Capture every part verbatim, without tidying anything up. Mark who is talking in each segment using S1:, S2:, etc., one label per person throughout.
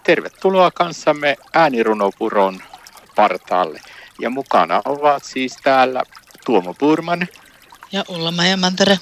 S1: Tervetuloa kanssamme äänirunopuron partaalle. Ja mukana ovat siis täällä Tuomo Purman
S2: ja Ulla-Maija Mantere.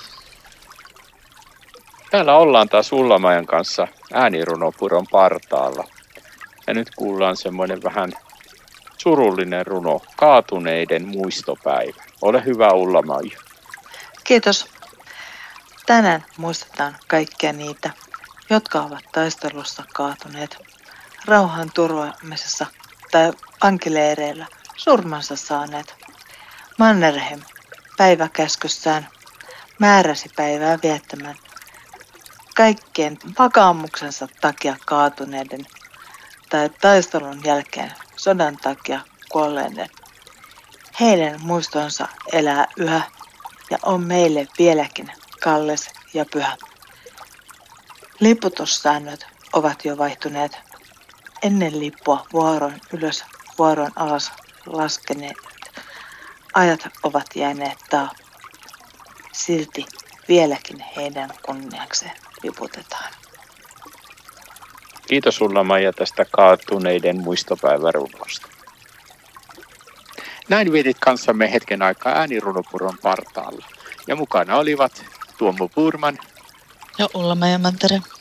S1: Täällä ollaan taas Ulla-Maijan kanssa äänirunopuron partaalla. Ja nyt kuullaan semmoinen vähän surullinen runo, kaatuneiden muistopäivä. Ole hyvä, Ulla-Maija.
S2: Kiitos. Tänään muistetaan kaikkia niitä, jotka ovat taistelussa kaatuneet, rauhan turvaamisessa tai vankileireillä surmansa saaneet. Mannerheim päiväkäskyssään määräsi päivää viettämään kaikkien vakaumuksensa takia kaatuneiden tai taistelun jälkeen sodan takia kuolleiden. Heidän muistonsa elää yhä ja on meille vieläkin kallis ja pyhä. Liputussäännöt ovat jo vaihtuneet. Ennen lippua vuoron ylös, vuoron alas laskeneet ajat ovat jääneet taa. Silti vieläkin heidän kunniakseen liputetaan.
S1: Kiitos Ulla-Maija tästä kaatuneiden muistopäivärunosta. Näin vietit kanssamme hetken aikaa äänirunopuron partaalla. Ja mukana olivat Tuomo Purman
S2: ja Ulla-Maija Mantere.